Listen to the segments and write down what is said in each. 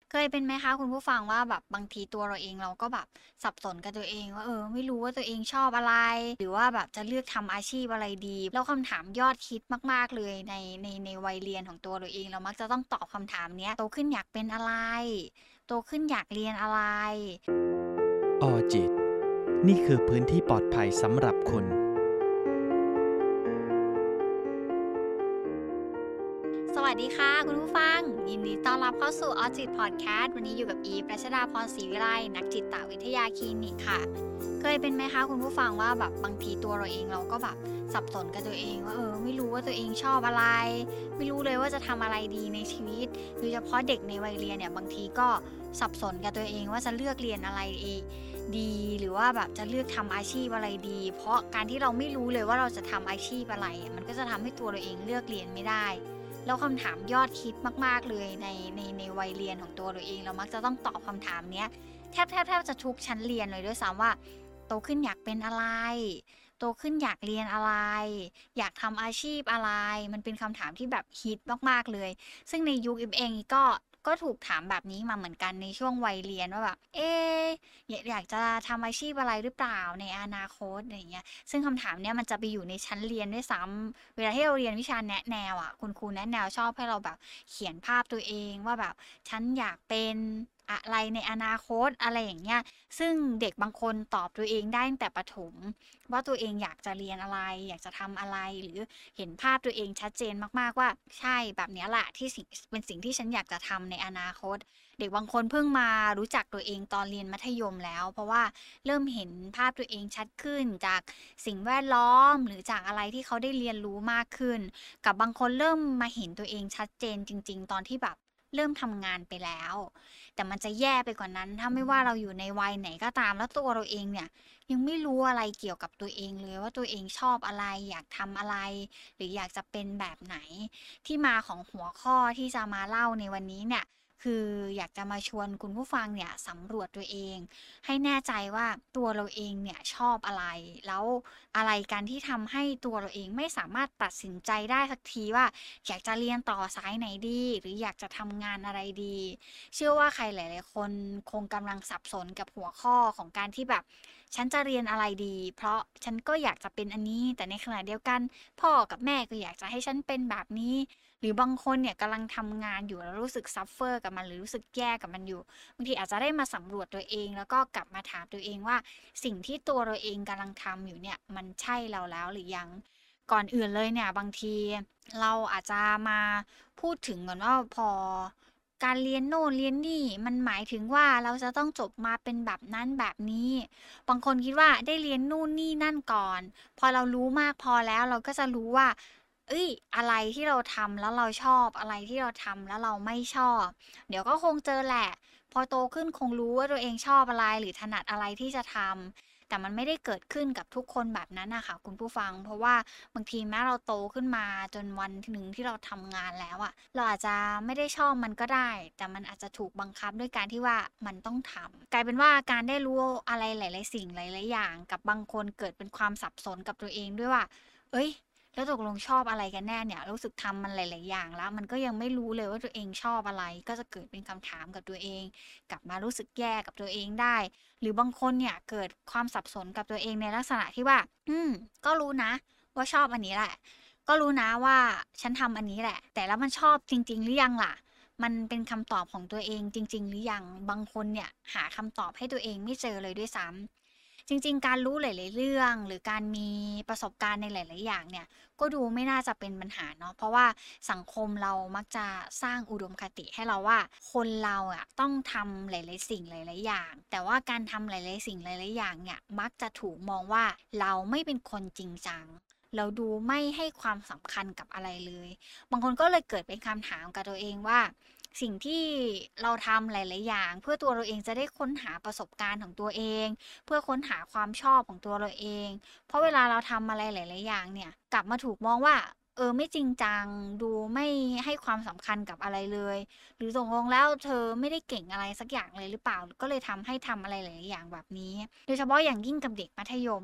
เคยเป็นไหมคะคุณผู้ฟังว่าแบบบางทีตัวเราเองเราก็แบบสับสนกับตัวเองว่าไม่รู้ว่าตัวเองชอบอะไรหรือว่าแบบจะเลือกทำอาชีพอะไรดีแล้วคำถามยอดฮิตมากๆเลยในวัยเรียนของตัวเราเองเรามักจะต้องตอบคำถามเนี้ยโตขึ้นอยากเป็นอะไรโตขึ้นอยากเรียนอะไรออจิตนี่คือพื้นที่ปลอดภัยสำหรับคุณสวัสดีค่ะคุณผู้ฟังยินดีต้อนรับเข้าสู่ออจิตพอดแคสต์วันนี้อยู่กับอีฟรัชดาพรศรีวิไลนักจิตวิทยาคลินิกค่ะเคยเป็นไหมคะคุณผู้ฟังว่าแบบบางทีตัวเราเองเราก็แบบสับสนกับตัวเองว่าไม่รู้ว่าตัวเองชอบอะไรไม่รู้เลยว่าจะทำอะไรดีในชีวิตโดยเฉพาะเด็กในวัยเรียนเนี่ยบางทีก็สับสนกับตัวเองว่าจะเลือกเรียนอะไรดีหรือว่าแบบจะเลือกทำอาชีพอะไรดีเพราะการที่เราไม่รู้เลยว่าเราจะทำอาชีพอะไรมันก็จะทำให้ตัวเราเองเลือกเรียนไม่ได้แล้วคำถามยอดฮิตมากๆเลยในวัยเรียนของตัวเราเองเรามักจะต้องตอบคำถามเนี้ยแทบจะทุกชั้นเรียนเลยด้วยซ้ำว่าโตขึ้นอยากเป็นอะไรโตขึ้นอยากเรียนอะไรอยากทำอาชีพอะไรมันเป็นคำถามที่แบบฮิตมากๆเลยซึ่งในยุคอิฟเองก็ถูกถามแบบนี้มาเหมือนกันในช่วงวัยเรียนว่าแบบอยากจะทำอาชีพอะไรหรือเปล่าในอนาคตอะไรอย่างเงี้ยซึ่งคำถามเนี้ยมันจะไปอยู่ในชั้นเรียนด้วยซ้ำเวลาที่เราเรียนวิชาแนะแนวอะคุณครูแนะแนวชอบให้เราแบบเขียนภาพตัวเองว่าแบบฉันอยากเป็นอะไรในอนาคตอะไรอย่างเงี้ยซึ่งเด็กบางคนตอบตัวเองได้ตั้งแต่ประถมว่าตัวเองอยากจะเรียนอะไรอยากจะทำอะไรหรือเห็นภาพตัวเองชัดเจนมากๆว่าใช่แบบเนี้ยแหละที่เป็นสิ่งที่ฉันอยากจะทำในอนาคต เด็กบางคนเพิ่งมารู้จักตัวเองตอนเรียนมัธยมแล้วเพราะว่าเริ่มเห็นภาพตัวเองชัดขึ้นจากสิ่งแวดล้อมหรือจากอะไรที่เขาได้เรียนรู้มากขึ้นกับบางคนเริ่มมาเห็นตัวเองชัดเจนจริงๆตอนที่แบบเริ่มทำงานไปแล้วแต่มันจะแย่ไปกว่านั้นถ้าไม่ว่าเราอยู่ในวัยไหนก็ตามแล้วตัวเราเองเนี่ยยังไม่รู้อะไรเกี่ยวกับตัวเองเลยว่าตัวเองชอบอะไรอยากทำอะไรหรืออยากจะเป็นแบบไหนที่มาของหัวข้อที่จะมาเล่าในวันนี้เนี่ย คืออยากจะมาชวนคุณผู้ฟังเนี่ยสำรวจตัวเองให้แน่ใจว่าตัวเราเองเนี่ยชอบอะไรแล้วอะไรกันที่ทำให้ตัวเราเองไม่สามารถตัดสินใจได้สักทีว่าอยากจะเรียนต่อสายไหนดีหรืออยากจะทำงานอะไรดีเชื่อว่าใครหลายๆคนคงกำลังสับสนกับหัวข้อของการที่แบบฉันจะเรียนอะไรดีเพราะฉันก็อยากจะเป็นอันนี้แต่ในขณะเดียวกันพ่อกับแม่ก็อยากจะให้ฉันเป็นแบบนี้ หรือบางคนเนี่ยกำลังทำงานอยู่แล้วรู้สึกซัฟเฟอร์กับมันหรือรู้สึกแย่กับมันอยู่บางทีอาจจะได้มาสำรวจตัวเองแล้วก็กลับมาถามตัวเองว่าสิ่งที่ตัวเราเองกำลังทำอยู่เนี่ยมันใช่เราแล้วหรือยังก่อนอื่นเลยเนี่ยบางทีเราอาจจะมาพูดถึงก่อนว่าพอการเรียนโน่นเรียนนี่มันหมายถึงว่าเราจะต้องจบมาเป็นแบบนั้นแบบนี้บางคนคิดว่าได้เรียนนู่นนี่นั่นก่อนพอเรารู้มากพอแล้วเราก็จะรู้ว่า อะไรที่เราทำแล้วเราชอบอะไรที่เราทำแล้วเราไม่ชอบเดี๋ยวก็คงเจอแหละพอโตขึ้นคงรู้ว่าตัวเองชอบอะไรหรือถนัดอะไรที่จะทำแต่มันไม่ได้เกิดขึ้นกับทุกคนแบบนั้นน่ะค่ะคุณผู้ฟังเพราะว่าบางทีแม้เราโตขึ้นมาจนวันหนึ่งที่เราทำงานแล้วอะเราอาจจะไม่ได้ชอบมันก็ได้แต่มันอาจจะถูกบังคับด้วยการที่ว่ามันต้องทำกลายเป็นว่าการได้รู้อะไรหลายๆสิ่งหลายๆอย่างกับบางคนเกิดเป็นความสับสนกับตัวเองด้วยว่าเฮ้ย แล้วตกลงชอบอะไรกันแน่เนี่ยรู้สึกทำมันหลายๆอย่างแล้วมันก็ยังไม่รู้เลยว่าตัวเองชอบอะไรก็จะเกิดเป็นคำถามกับตัวเองกลับมารู้สึกแย่กับตัวเองได้หรือบางคนเนี่ยเกิดความสับสนกับตัวเองในลักษณะที่ว่าก็รู้นะว่าชอบอันนี้แหละก็รู้นะว่าฉันทำอันนี้แหละแต่แล้วมันชอบจริงๆหรือยังล่ะมันเป็นคำตอบของตัวเองจริงๆหรือยังบางคนเนี่ยหาคำตอบให้ตัวเองไม่เจอเลยด้วยซ้ำ จริงๆ การรู้หลายๆเรื่องหรือการมีประสบการณ์ในหลายๆอย่างเนี่ยก็ดูไม่น่าจะเป็นปัญหาเนาะเพราะว่าสังคมเรามักจะสร้างอุดมคติให้เราว่าคนเราอะต้องทำหลายๆสิ่งหลายๆอย่างแต่ว่าการทำหลายๆสิ่งหลายๆอย่างเนี่ยมักจะถูกมองว่าเราไม่เป็นคนจริงจังเราดูไม่ให้ความสำคัญกับอะไรเลยบางคนก็เลยเกิดเป็นคำถามกับตัวเองว่าสิ่งที่เราทำหลายๆอย่างเพื่อตัวเราเองจะได้ค้นหาประสบการณ์ของตัวเอง เพื่อค้นหาความชอบของตัวเราเอง เพราะเวลาเราทำอะไรหลายๆอย่างเนี่ยกลับมาถูกมองว่าไม่จริงจังดูไม่ให้ความสำคัญกับอะไรเลยหรือตกลงแล้วเธอไม่ได้เก่งอะไรสักอย่างเลยหรือเปล่าก็เลยทำให้ทำอะไรหลายๆอย่างแบบนี้โดยเฉพาะอย่างยิ่งกับเด็กมัธยมเนี่ย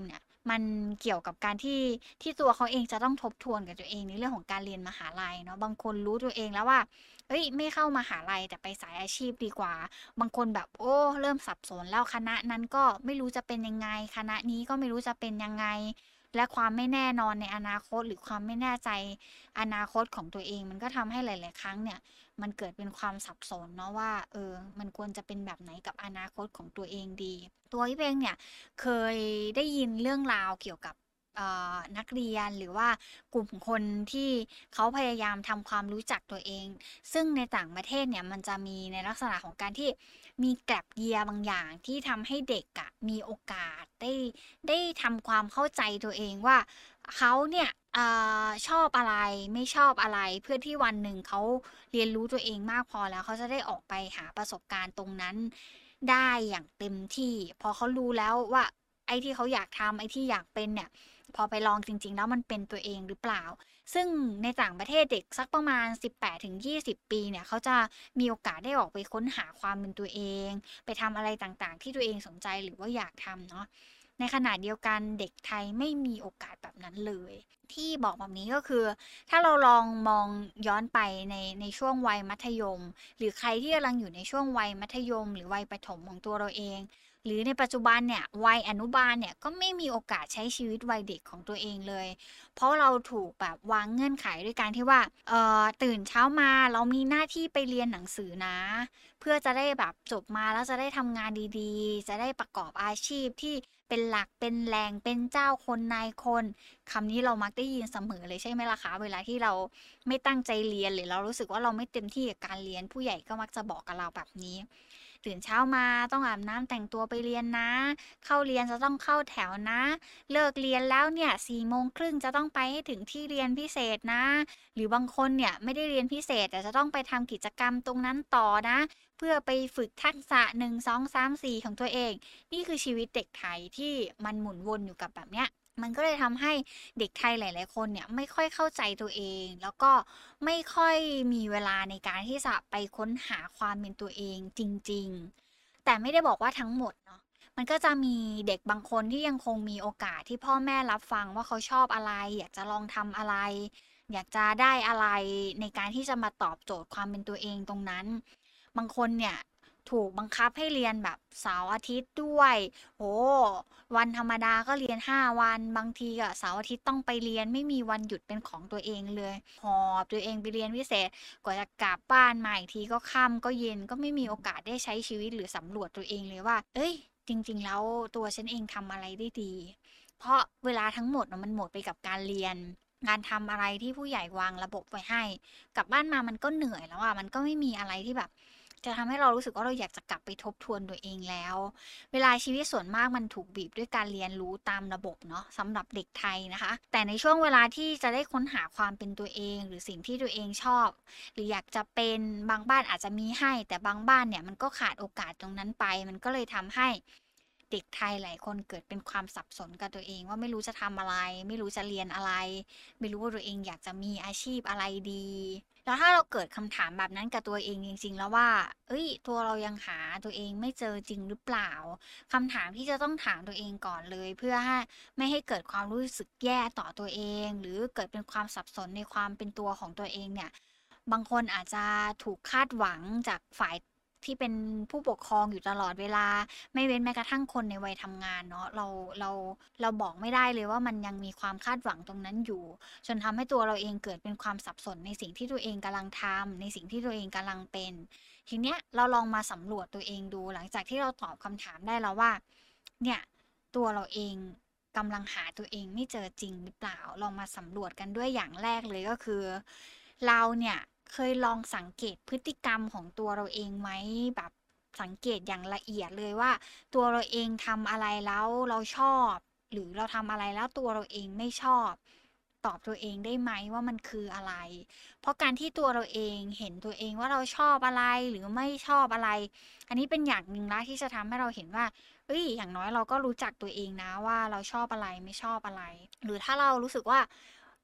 มันเกี่ยวกับการที่ตัวเขาเองจะต้องทบทวนกับตัวเองในเรื่องของการเรียนมหาลัยเนาะบางคนรู้ตัวเองแล้วว่าเอ้ยไม่เข้ามหาลัยแต่ไปสายอาชีพดีกว่าบางคนแบบโอ้เริ่มสับสนแล้วคณะนั้นก็ไม่รู้จะเป็นยังไงคณะนี้ก็ไม่รู้จะเป็นยังไงและความไม่แน่นอนในอนาคตหรือความไม่แน่ใจอนาคตของตัวเองมันก็ทำให้หลายๆครั้งเนี่ยมันเกิดเป็นความสับสนเนาะว่ามันควรจะเป็นแบบไหนกับอนาคตของตัวเองดีตัวพี่เองเนี่ยเคยได้ยินเรื่องราวเกี่ยวกับนักเรียนหรือว่ากลุ่มคนที่เขาพยายามทำความรู้จักตัวเอง ซึ่งในต่างประเทศเนี่ยมันจะมีในลักษณะของการที่มีแกลบเยียบางอย่างที่ทำให้เด็กอะมีโอกาสได้ทำความเข้าใจตัวเองว่าเขาเนี่ยชอบอะไรไม่ชอบอะไรเพื่อที่วันหนึ่งเขาเรียนรู้ตัวเองมากพอแล้วเขาจะได้ออกไปหาประสบการณ์ตรงนั้นได้อย่างเต็มที่พอเขารู้แล้วว่าไอ้ที่เขาอยากทำไอ้ที่อยากเป็นเนี่ยพอไปลองจริงๆแล้วมันเป็นตัวเองหรือเปล่า ซึ่งในต่างประเทศเด็กสักประมาณ18-20ปีเนี่ยเขาจะมีโอกาสได้ออกไปค้นหาความเป็นตัวเองไปทำอะไรต่างๆที่ตัวเองสนใจหรือว่าอยากทำเนาะในขณะเดียวกันเด็กไทยไม่มีโอกาสแบบนั้นเลยที่บอกแบบนี้ก็คือถ้าเราลองมองย้อนไปในช่วงวัยมัธยมหรือใครที่กำลังอยู่ในช่วงวัยมัธยมหรือวัยประถมของตัวเราเองหรือในปัจจุบันเนี่ยวัยอนุบาลเนี่ยก็ไม่มีโอกาสใช้ชีวิตวัยเด็กของตัวเองเลย เพราะเราถูกแบบวางเงื่อนไขด้วยการที่ว่าตื่นเช้ามาเรามีหน้าที่ไปเรียนหนังสือนะเพื่อจะได้แบบจบมาแล้วจะได้ทำงานดีๆจะได้ประกอบอาชีพที่เป็นหลักเป็นแหล่งเป็นเจ้าคนนายคนคำนี้เรามักได้ยินเสมอเลยใช่ไหมล่ะคะเวลาที่เราไม่ตั้งใจเรียนหรือเรารู้สึกว่าเราไม่เต็มที่กับการเรียนผู้ใหญ่ก็มักจะบอกกับเราแบบนี้ตื่นเช้ามาต้องอาบน้ำแต่งตัวไปเรียนนะเข้าเรียนจะต้องเข้าแถวนะ เลิกเรียนแล้วเนี่ย4 โมงครึ่งจะต้องไปให้ถึงที่เรียนพิเศษนะหรือบางคนเนี่ยไม่ได้เรียนพิเศษแต่จะต้องไปทำกิจกรรมตรงนั้นต่อนะเพื่อไปฝึกทักษะ1 2 3 4ของตัวเองนี่คือชีวิตเด็กไทยที่มันหมุนวนอยู่กับแบบเนี้ยมันก็เลยทำให้เด็กไทยหลายๆคนเนี่ยไม่ค่อยเข้าใจตัวเองแล้วก็ไม่ค่อยมีเวลาในการที่จะไปค้นหาความเป็นตัวเองจริงๆแต่ไม่ได้บอกว่าทั้งหมดเนาะ มันก็จะมีเด็กบางคนที่ยังคงมีโอกาสที่พ่อแม่รับฟังว่าเขาชอบอะไรอยากจะลองทำอะไรอยากจะได้อะไรในการที่จะมาตอบโจทย์ความเป็นตัวเองตรงนั้นบางคนเนี่ยถูกบังคับให้เรียนแบบเสาร์อาทิตย์ด้วยโอ้วันธรรมดาก็เรียน5 วันบางทีอะเสาร์อาทิตย์ต้องไปเรียนไม่มีวันหยุดเป็นของตัวเองเลยหอบตัวเองไปเรียนพิเศษกว่าจะกลับบ้านมาอีกทีก็ค่ำก็เย็นก็ไม่มีโอกาสได้ใช้ชีวิตหรือสำรวจตัวเองเลยว่าเอ้ย จริงๆแล้วตัวฉันเองทำอะไรได้ดี เพราะเวลาทั้งหมดมันหมดไปกับการเรียนงานทำอะไรที่ผู้ใหญ่วางระบบไว้ให้กลับบ้านมามันก็เหนื่อยแล้วอ่ะมันก็ไม่มีอะไรที่แบบจะทำให้เรารู้สึกว่าเราอยากจะกลับไปทบทวนตัวเองแล้ว เวลาชีวิตส่วนมากมันถูกบีบด้วยการเรียนรู้ตามระบบเนาะสำหรับเด็กไทยนะคะแต่ในช่วงเวลาที่จะได้ค้นหาความเป็นตัวเองหรือสิ่งที่ตัวเองชอบหรืออยากจะเป็นบางบ้านอาจจะมีให้แต่บางบ้านเนี่ยมันก็ขาดโอกาสตรงนั้นไปมันก็เลยทำให้เด็กไทยหลายคนเกิดเป็นความสับสนกับตัวเองว่าไม่รู้จะทำอะไรไม่รู้จะเรียนอะไรไม่รู้ว่าตัวเองอยากจะมีอาชีพอะไรดีแล้วถ้าเราเกิดคำถามแบบนั้นกับตัวเองจริงๆแล้วว่าเอ้ยตัวเรายังหาตัวเองไม่เจอจริงหรือเปล่าคำถามที่จะต้องถามตัวเองก่อนเลยเพื่อให้ไม่ให้เกิดความรู้สึกแย่ต่อตัวเองหรือเกิดเป็นความสับสนในความเป็นตัวของตัวเองเนี่ย บางคนอาจจะถูกคาดหวังจากฝ่ายที่เป็นผู้ปกครองอยู่ตลอดเวลาไม่เว้นแม้กระทั่งคนในวัยทำงานเนาะเราบอกไม่ได้เลยว่ามันยังมีความคาดหวังตรงนั้นอยู่จนทำให้ตัวเราเองเกิดเป็นความสับสนในสิ่งที่ตัวเองกำลังทำในสิ่งที่ตัวเองกำลังเป็นทีเนี้ยเราลองมาสำรวจตัวเองดูหลังจากที่เราตอบคำถามได้แล้วว่าเนี่ยตัวเราเองกำลังหาตัวเองไม่เจอจริงหรือเปล่าลองมาสำรวจกันด้วยอย่างแรกเลยก็คือ เราเนี่ยเคยลองสังเกตพฤติกรรมของตัวเราเองไหมแบบสังเกตอย่างละเอียดเลยว่าตัวเราเองทำอะไรแล้วเราชอบหรือเราทำอะไรแล้วตัวเราเองไม่ชอบตอบตัวเองได้ไหมว่ามันคืออะไรเพราะการที่ตัวเราเองเห็นตัวเองว่าเราชอบอะไรหรือไม่ชอบอะไรอันนี้เป็นอย่างหนึ่งละที่จะทำให้เราเห็นว่าเอ้ยอย่างน้อยเราก็รู้จักตัวเองนะว่าเราชอบอะไรไม่ชอบอะไรหรือถ้าเรารู้สึกว่า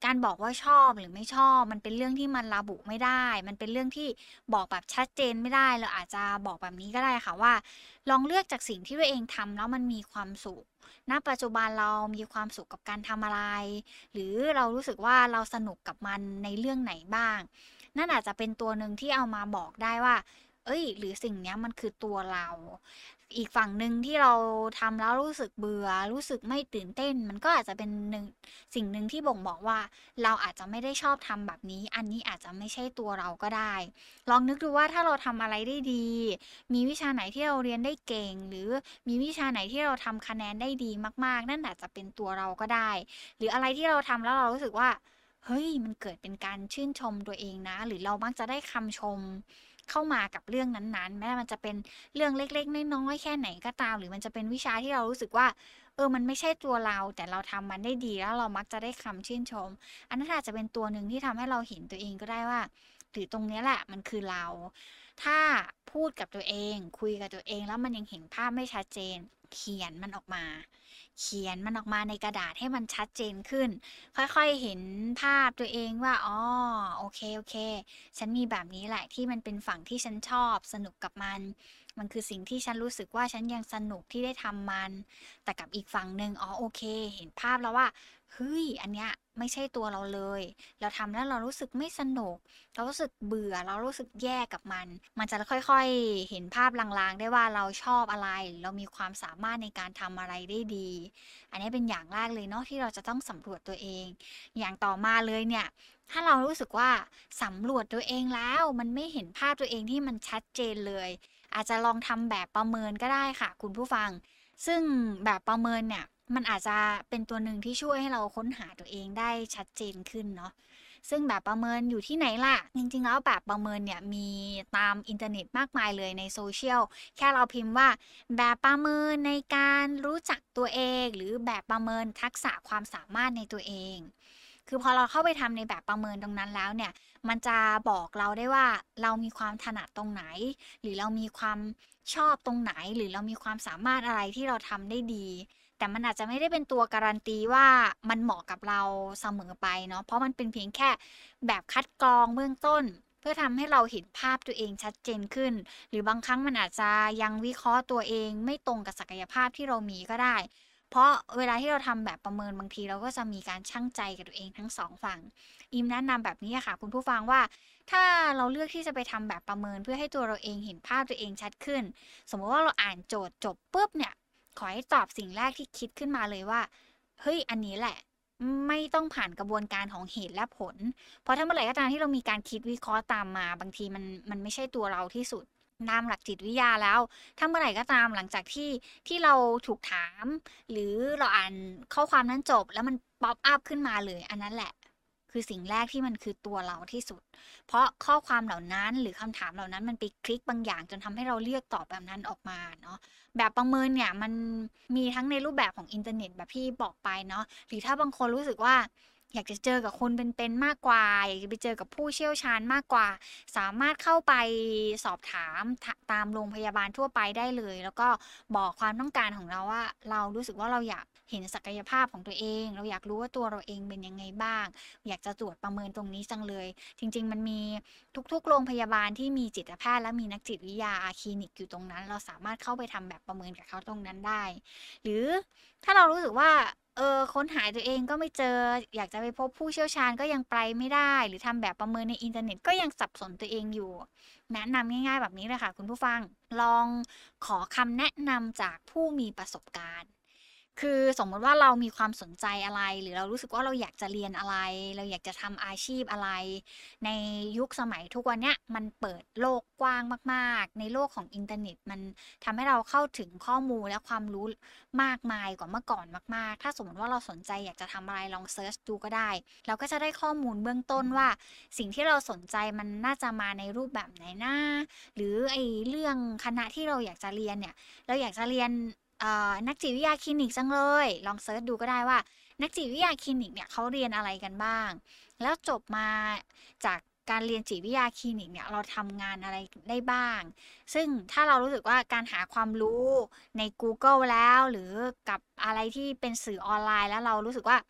การบอกว่าชอบหรือไม่ชอบมันเป็นเรื่องที่มันระบุไม่ได้มันเป็นเรื่องที่บอกแบบชัดเจนไม่ได้เราอาจจะบอกแบบนี้ก็ได้ค่ะว่าลองเลือกจากสิ่งที่ตัวเองทำแล้วมันมีความสุขณปัจจุบันเรามีความสุขกับการทำอะไรหรือเรารู้สึกว่าเราสนุกกับมันในเรื่องไหนบ้างนั่นอาจจะเป็นตัวหนึ่งที่เอามาบอกได้ว่าเอ้ยหรือสิ่งนี้มันคือตัวเราอีกฝั่งหนึ่งที่เราทำแล้วรู้สึกเบื่อรู้สึกไม่ตื่นเต้นมันก็อาจจะเป็นสิ่งหนึ่งที่บ่งบอกว่าเราอาจจะไม่ได้ชอบทำแบบนี้อันนี้อาจจะไม่ใช่ตัวเราก็ได้ลองนึกดูว่าถ้าเราทำอะไรได้ดีมีวิชาไหนที่เราเรียนได้เก่งหรือมีวิชาไหนที่เราทำคะแนนได้ดีมากๆนั่นอาจจะเป็นตัวเราก็ได้หรืออะไรที่เราทำแล้วเรารู้สึกว่าเฮ้ยมันเกิดเป็นการชื่นชมตัวเองนะหรือเรามักจะได้คำชมเข้ามากับเรื่องนั้นๆแม้มันจะเป็นเรื่องเล็กๆน้อยๆแค่ไหนก็ตามหรือมันจะเป็นวิชาที่เรารู้สึกว่ามันไม่ใช่ตัวเราแต่เราทำมันได้ดีแล้วเรามักจะได้คำชื่นชมอันนั้นอาจจะเป็นตัวหนึ่งที่ทำให้เราเห็นตัวเองก็ได้ว่าหรือตรงนี้แหละมันคือเราถ้าพูดกับตัวเองคุยกับตัวเองแล้วมันยังเห็นภาพไม่ชัดเจนเขียนมันออกมาในกระดาษให้มันชัดเจนขึ้นค่อยๆเห็นภาพตัวเองว่าอ๋อโอเคฉันมีแบบนี้แหละที่มันเป็นฝั่งที่ฉันชอบสนุกกับมันคือสิ่งที่ฉันรู้สึกว่าฉันยังสนุกที่ได้ทำมันแต่กับอีกฝั่งหนึ่งอ๋อโอเคเห็นภาพแล้วว่าเฮ้ยอันเนี้ยไม่ใช่ตัวเราเลยเราทำแล้วเรารู้สึกไม่สนุกเรารู้สึกเบื่อเรารู้สึกแย่กับมันจะค่อยๆเห็นภาพลางๆได้ว่าเราชอบอะไรเรามีความสามารถในการทำอะไรได้ดีอันนี้เป็นอย่างแรกเลยเนาะที่เราจะต้องสำรวจตัวเองอย่างต่อมาเลยเนี่ยถ้าเรารู้สึกว่าสำรวจตัวเองแล้วมันไม่เห็นภาพตัวเองที่มันชัดเจนเลยอาจจะลองทำแบบประเมินก็ได้ค่ะคุณผู้ฟังซึ่งแบบประเมินเนี่ยมันอาจจะเป็นตัวหนึ่งที่ช่วยให้เราค้นหาตัวเองได้ชัดเจนขึ้นเนาะซึ่งแบบประเมินอยู่ที่ไหนล่ะจริงๆแล้วแบบประเมินเนี่ยมีตามอินเทอร์เน็ตมากมายเลยในโซเชียลแค่เราพิมพ์ว่าแบบประเมินในการรู้จักตัวเองหรือแบบประเมินทักษะความสามารถในตัวเองคือพอเราเข้าไปทำในแบบประเมินตรงนั้นแล้วเนี่ยมันจะบอกเราได้ว่าเรามีความถนัดตรงไหนหรือเรามีความชอบตรงไหนหรือเรามีความสามารถอะไรที่เราทำได้ดีแต่มันอาจจะไม่ได้เป็นตัวการันตีว่ามันเหมาะกับเราเสมอไปเนาะเพราะมันเป็นเพียงแค่แบบคัดกรองเบื้องต้นเพื่อทำให้เราเห็นภาพตัวเองชัดเจนขึ้นหรือบางครั้งมันอาจจะยังวิเคราะห์ตัวเองไม่ตรงกับศักยภาพที่เรามีก็ได้เพราะเวลาที่เราทำแบบประเมินบางทีเราก็จะมีการชั่งใจกับตัวเองทั้งสองฝั่งอิมแนะนำแบบนี้ค่ะคุณผู้ฟังว่าถ้าเราเลือกที่จะไปทำแบบประเมินเพื่อให้ตัวเราเองเห็นภาพตัวเองชัดขึ้นสมมติว่าเราอ่านโจทย์จบปุ๊บเนี่ยขอให้ตอบสิ่งแรกที่คิดขึ้นมาเลยว่าเฮ้ยอันนี้แหละไม่ต้องผ่านกระบวนการของเหตุและผลเพราะถ้าเมื่อไหร่ก็ตามที่เรามีการคิดวิเคราะห์ตามมาบางทีมันไม่ใช่ตัวเราที่สุดตามหลักจิตวิทยาแล้วถ้าเมื่อไหร่ก็ตามหลังจากที่เราถูกถามหรือเราอ่านข้อความนั้นจบแล้วมันป๊อปอัพขึ้นมาเลยอันนั้นแหละคือสิ่งแรกที่มันคือตัวเราที่สุดเพราะข้อความเหล่านั้นหรือคำถามเหล่านั้นมันไปคลิกบางอย่างจนทำให้เราเลือกตอบแบบนั้นออกมาเนาะแบบประเมินเนี่ยมันมีทั้งในรูปแบบของอินเทอร์เน็ตแบบที่บอกไปเนาะหรือถ้าบางคนรู้สึกว่าอยากจะเจอกับคนเป็นๆมากกว่าอยากจะไปเจอกับผู้เชี่ยวชาญมากกว่าสามารถเข้าไปสอบถามตามโรงพยาบาลทั่วไปได้เลยแล้วก็บอกความต้องการของเราว่าเรารู้สึกว่าเราอยากเห็นศักยภาพของตัวเองเราอยากรู้ว่าตัวเราเองเป็นยังไงบ้างอยากจะตรวจประเมินตรงนี้จังเลยจริงๆมันมีทุกๆโรงพยาบาลที่มีจิตแพทย์และมีนักจิตวิทยาคลินิกอยู่ตรงนั้นเราสามารถเข้าไปทำแบบประเมินกับเขาตรงนั้นได้หรือถ้าเรารู้สึกว่าค้นหาตัวเองก็ไม่เจออยากจะไปพบผู้เชี่ยวชาญก็ยังไปไม่ได้หรือทำแบบประเมินในอินเทอร์เน็ตก็ยังสับสนตัวเองอยู่แนะนำง่ายๆแบบนี้เลยค่ะคุณผู้ฟังลองขอคำแนะนำจากผู้มีประสบการณ์คือสมมติว่าเรามีความสนใจอะไรหรือเรารู้สึกว่าเราอยากจะเรียนอะไรเราอยากจะทำอาชีพอะไรในยุคสมัยทุกวันเนี้ยมันเปิดโลกกว้างมากๆในโลกของอินเทอร์เน็ตมันทำให้เราเข้าถึงข้อมูลและความรู้มากมายกว่าเมื่อก่อนมากๆถ้าสมมติว่าเราสนใจอยากจะทำอะไรลองเซิร์ชดูก็ได้เราก็จะได้ข้อมูลเบื้องต้นว่าสิ่งที่เราสนใจมันน่าจะมาในรูปแบบไหนนะหรือไอ้เรื่องคณะที่เราอยากจะเรียนเนี่ยเราอยากจะเรียนนักจิตวิทยาคลินิกจังเลยลองเซิร์ชดูก็ได้ว่านักจิตวิทยาคลินิกเนี่ยเขาเรียนอะไรกันบ้างแล้วจบมาจากการเรียนจิตวิทยาคลินิกเนี่ยเราทำงานอะไรได้บ้างซึ่งถ้าเรารู้สึกว่าการหาความรู้ใน Google แล้วหรือกับอะไรที่เป็นสื่อออนไลน์แล้วเรารู้สึกว่า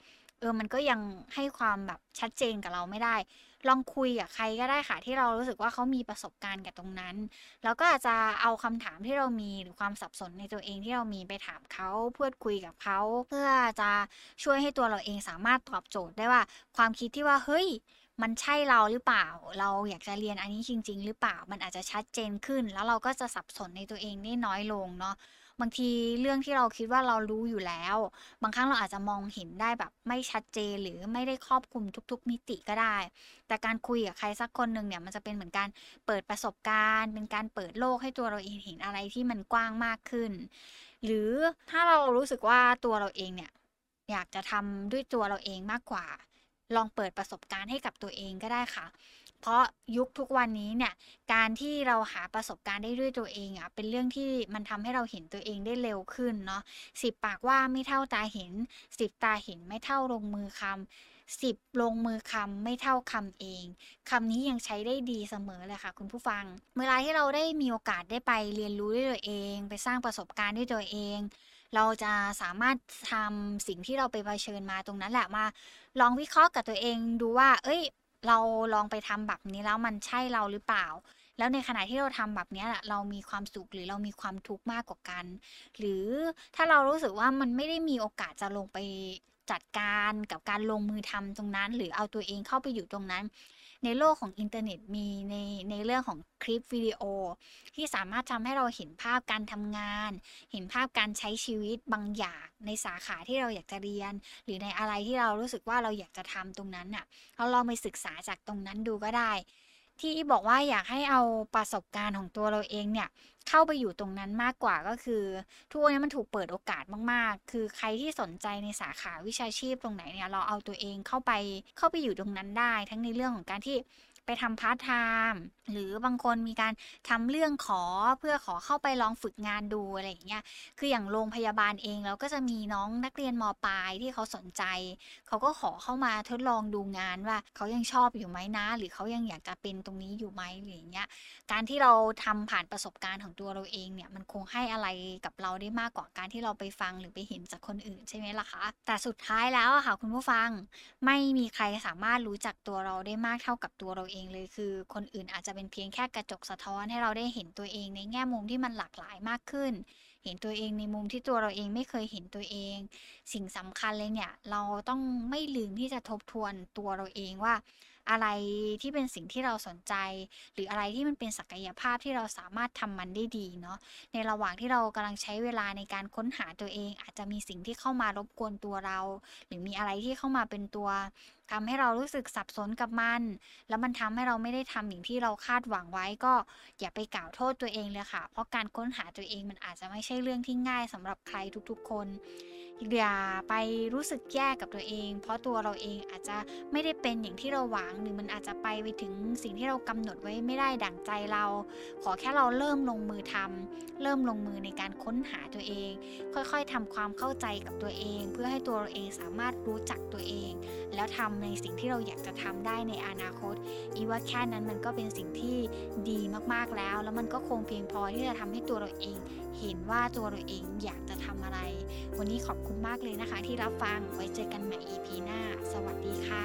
มันก็ยังให้ความแบบชัดเจนกับเราไม่ได้ลองคุยกับใครก็ได้ค่ะที่เรารู้สึกว่าเขามีประสบการณ์กับตรงนั้นแล้วก็อาจจะเอาคำถามที่เรามีหรือความสับสนในตัวเองที่เรามีไปถามเขาพูดคุยกับเขาเพื่อจะช่วยให้ตัวเราเองสามารถตอบโจทย์ได้ว่าความคิดที่ว่าเฮ้ยมันใช่เราหรือเปล่าเราอยากจะเรียนอันนี้จริงๆหรือเปล่ามันอาจจะชัดเจนขึ้นแล้วเราก็จะสับสนในตัวเองได้น้อยลงเนาะบางทีเรื่องที่เราคิดว่าเรารู้อยู่แล้วบางครั้งเราอาจจะมองเห็นได้แบบไม่ชัดเจนหรือไม่ได้ครอบคลุมทุกๆมิติก็ได้แต่การคุยกับใครสักคนหนึ่งเนี่ยมันจะเป็นเหมือนการเปิดประสบการณ์เป็นการเปิดโลกให้ตัวเราเองเห็นอะไรที่มันกว้างมากขึ้นหรือถ้าเรารู้สึกว่าตัวเราเองเนี่ยอยากจะทำด้วยตัวเราเองมากกว่าลองเปิดประสบการณ์ให้กับตัวเองก็ได้ค่ะเพราะยุคทุกวันนี้เนี่ยการที่เราหาประสบการณ์ได้ด้วยตัวเองอ่ะเป็นเรื่องที่มันทำให้เราเห็นตัวเองได้เร็วขึ้นเนาะ10 ปากว่าไม่เท่าตาเห็น10 ตาเห็นไม่เท่าลงมือคำ10ลงมือคำไม่เท่าคำเองคำนี้ยังใช้ได้ดีเสมอเลยค่ะคุณผู้ฟังเวลาที่เราได้มีโอกาสได้ไปเรียนรู้ด้วยตัวเองไปสร้างประสบการณ์ด้วยตัวเองเราจะสามารถทำสิ่งที่เราไปเผชิญมาตรงนั้นแหละมาลองวิเคราะห์กับตัวเองดูว่าเราลองไปทำแบบนี้แล้วมันใช่เราหรือเปล่าแล้วในขณะที่เราทำแบบนี้เรามีความสุขหรือเรามีความทุกข์มากกว่ากันหรือถ้าเรารู้สึกว่ามันไม่ได้มีโอกาสจะลงไปจัดการกับการลงมือทำตรงนั้นหรือเอาตัวเองเข้าไปอยู่ตรงนั้นในโลกของอินเทอร์เน็ตมีในเรื่องของคลิปวิดีโอที่สามารถทำให้เราเห็นภาพการทำงานเห็นภาพการใช้ชีวิตบางอย่างในสาขาที่เราอยากจะเรียนหรือในอะไรที่เรารู้สึกว่าเราอยากจะทำตรงนั้นน่ะเราลองไปศึกษาจากตรงนั้นดูก็ได้ที่บอกว่าอยากให้เอาประสบการณ์ของตัวเราเองเนี่ยเข้าไปอยู่ตรงนั้นมากกว่าก็คือทุกวันนี้มันถูกเปิดโอกาสมากๆคือใครที่สนใจในสาขาวิชาชีพตรงไหนเนี่ยเราเอาตัวเองเข้าไปอยู่ตรงนั้นได้ทั้งในเรื่องของการที่ไปทำพาร์ทไทม์หรือบางคนมีการทำเรื่องเพื่อขอเข้าไปลองฝึกงานดูอะไรอย่างเงี้ยคืออย่างโรงพยาบาลเองเราก็จะมีน้องนักเรียนม.ปลายที่เขาสนใจเขาก็ขอเข้ามาทดลองดูงานว่าเขายังชอบอยู่ไหมนะหรือเขายังอยากจะเป็นตรงนี้อยู่ไหมหรืออย่างเงี้ยการที่เราทำผ่านประสบการณ์ของตัวเราเองเนี่ยมันคงให้อะไรกับเราได้มากกว่าการที่เราไปฟังหรือไปเห็นจากคนอื่นใช่ไหมล่ะคะแต่สุดท้ายแล้วอะค่ะคุณผู้ฟังไม่มีใครสามารถรู้จักตัวเราได้มากเท่ากับตัวเราเองเลยคือคนอื่นอาจจะเป็นเพียงแค่กระจกสะท้อนให้เราได้เห็นตัวเองในแง่มุมที่มันหลากหลายมากขึ้นเห็นตัวเองในมุมที่ตัวเราเองไม่เคยเห็นตัวเองสิ่งสำคัญเลยเนี่ยเราต้องไม่ลืมที่จะทบทวนตัวเราเองว่าอะไรที่เป็นสิ่งที่เราสนใจหรืออะไรที่มันเป็นศักยภาพที่เราสามารถทำมันได้ดีเนาะในระหว่างที่เรากำลังใช้เวลาในการค้นหาตัวเองอาจจะมีสิ่งที่เข้ามารบกวนตัวเราหรือมีอะไรที่เข้ามาเป็นตัวทำให้เรารู้สึกสับสนกับมันแล้วมันทำให้เราไม่ได้ทำอย่างที่เราคาดหวังไว้ก็อย่าไปกล่าวโทษตัวเองเลยค่ะเพราะการค้นหาตัวเองมันอาจจะไม่ใช่เรื่องที่ง่ายสำหรับใครทุกๆคนอย่าไปรู้สึกแย่กับตัวเองเพราะตัวเราเองอาจจะไม่ได้เป็นอย่างที่เราหวังหรือมันอาจจะไปถึงสิ่งที่เรากำหนดไว้ไม่ได้ดั่งใจเราขอแค่เราเริ่มลงมือทำเริ่มลงมือในการค้นหาตัวเองค่อยๆทำความเข้าใจกับตัวเองเพื่อให้ตัวเราเองสามารถรู้จักตัวเองแล้วทำในสิ่งที่เราอยากจะทำได้ในอนาคตอีว่าแค่นั้นมันก็เป็นสิ่งที่ดีมากๆแล้วมันก็คงเพียงพอที่จะทำให้ตัวเราเองเห็นว่าตัวเราเองอยากจะทำอะไรวันนี้ขอบคุณมากเลยนะคะที่รับฟังไว้เจอกันใหม่ EP หน้าสวัสดีค่ะ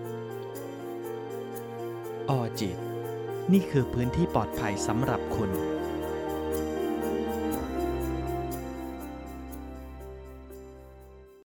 ออจิตนี่คือพื้นที่ปลอดภัยสำหรับคุณ